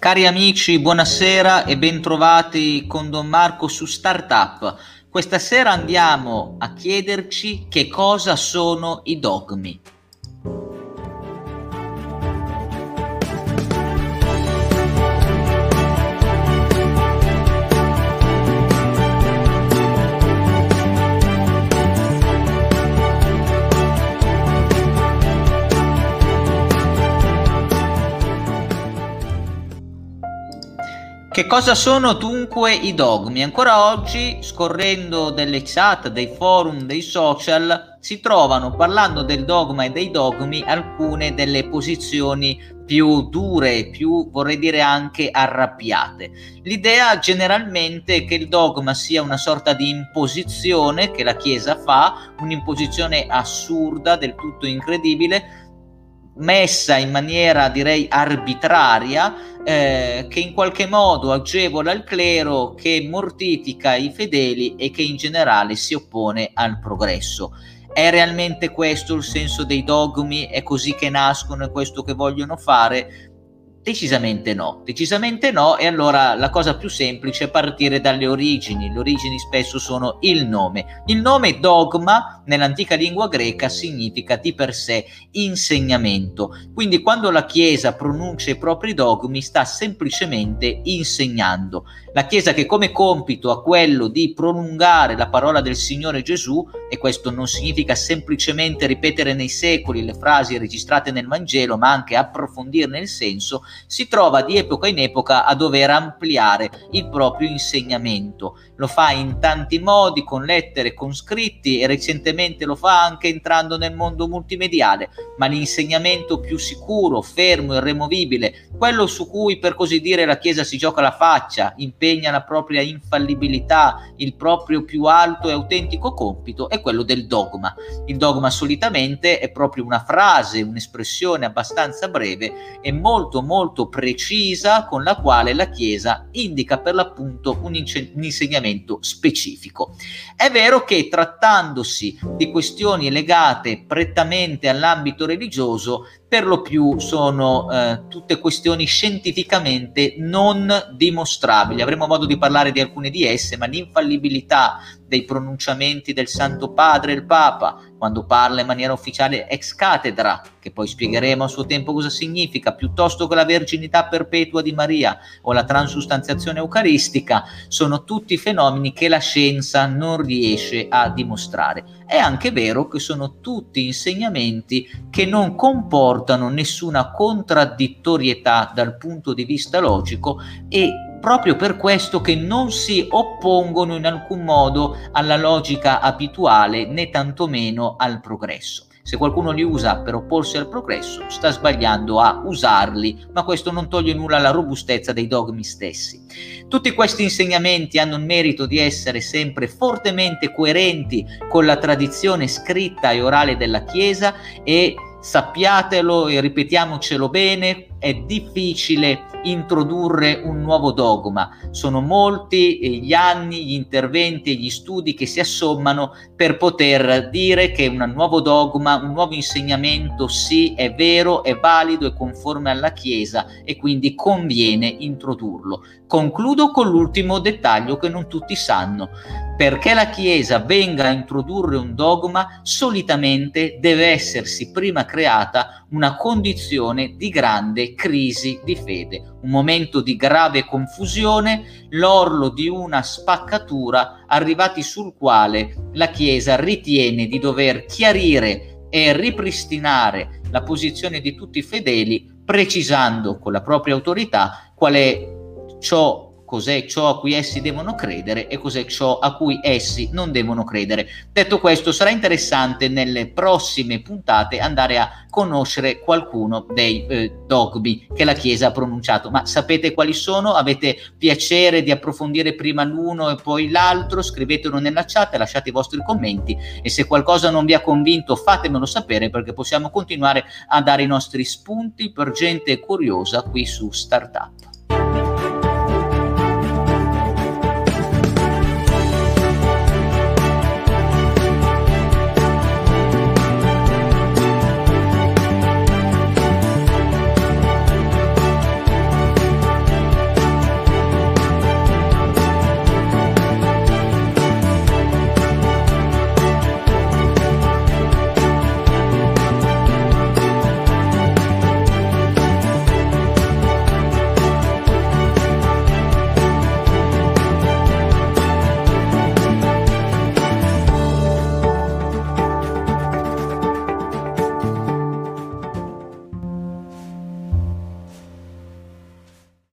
Cari amici, buonasera e bentrovati con Don Marco su Startup. Questa sera andiamo a chiederci che cosa sono i dogmi. Che cosa sono dunque i dogmi? Ancora oggi, scorrendo delle chat, dei forum, dei social, si trovano, parlando del dogma e dei dogmi, alcune delle posizioni più dure, più, vorrei dire, anche arrabbiate. L'idea generalmente è che il dogma sia una sorta di imposizione che la Chiesa fa, un'imposizione assurda, del tutto incredibile, messa in maniera, direi, arbitraria, che in qualche modo agevola il clero, che mortifica i fedeli e che in generale si oppone al progresso. È realmente questo il senso dei dogmi? È così che nascono? È questo che vogliono fare? Decisamente no, e allora la cosa più semplice è partire dalle origini. Le origini spesso sono il nome. Il nome dogma nell'antica lingua greca significa di per sé insegnamento, quindi quando la Chiesa pronuncia i propri dogmi sta semplicemente insegnando. La Chiesa, che come compito ha quello di prolungare la parola del Signore Gesù, e questo non significa semplicemente ripetere nei secoli le frasi registrate nel Vangelo, ma anche approfondirne il senso, si trova di epoca in epoca a dover ampliare il proprio insegnamento. Lo fa in tanti modi, con lettere, con scritti, e recentemente lo fa anche entrando nel mondo multimediale, ma l'insegnamento più sicuro, fermo, irremovibile, quello su cui, per così dire, la Chiesa si gioca la faccia, impegna la propria infallibilità, il proprio più alto e autentico compito, è quello del dogma. Il dogma solitamente è proprio una frase, un'espressione abbastanza breve e molto precisa, con la quale la Chiesa indica per l'appunto un insegnamento specifico. È vero che, trattandosi di questioni legate prettamente all'ambito religioso, per lo più sono tutte questioni scientificamente non dimostrabili. Avremo modo di parlare di alcune di esse, ma l'infallibilità dei pronunciamenti del Santo Padre e il Papa, quando parla in maniera ufficiale ex cathedra, che poi spiegheremo a suo tempo cosa significa, piuttosto che la verginità perpetua di Maria o la transustanziazione eucaristica, sono tutti fenomeni che la scienza non riesce a dimostrare. È anche vero che sono tutti insegnamenti che non comportano nessuna contraddittorietà dal punto di vista logico, e proprio per questo che non si oppongono in alcun modo alla logica abituale, né tantomeno al progresso. Se qualcuno li usa per opporsi al progresso, sta sbagliando a usarli, ma questo non toglie nulla alla robustezza dei dogmi stessi. Tutti questi insegnamenti hanno il merito di essere sempre fortemente coerenti con la tradizione scritta e orale della Chiesa, e sappiatelo e ripetiamocelo bene, è difficile introdurre un nuovo dogma. Sono molti gli anni, gli interventi e gli studi che si assommano per poter dire che un nuovo dogma, un nuovo insegnamento, sì, è vero, è valido, è conforme alla Chiesa e quindi conviene introdurlo. Concludo con l'ultimo dettaglio che non tutti sanno. Perché la Chiesa venga a introdurre un dogma, solitamente deve essersi prima creata una condizione di grande crisi di fede, un momento di grave confusione, l'orlo di una spaccatura, arrivati sul quale la Chiesa ritiene di dover chiarire e ripristinare la posizione di tutti i fedeli, precisando con la propria autorità qual è cos'è ciò a cui essi devono credere e cos'è ciò a cui essi non devono credere. Detto questo, sarà interessante nelle prossime puntate andare a conoscere qualcuno dei dogmi che la Chiesa ha pronunciato. Ma sapete quali sono? Avete piacere di approfondire prima l'uno e poi l'altro? Scrivetelo nella chat, lasciate i vostri commenti, e se qualcosa non vi ha convinto fatemelo sapere, perché possiamo continuare a dare i nostri spunti per gente curiosa qui su Startup.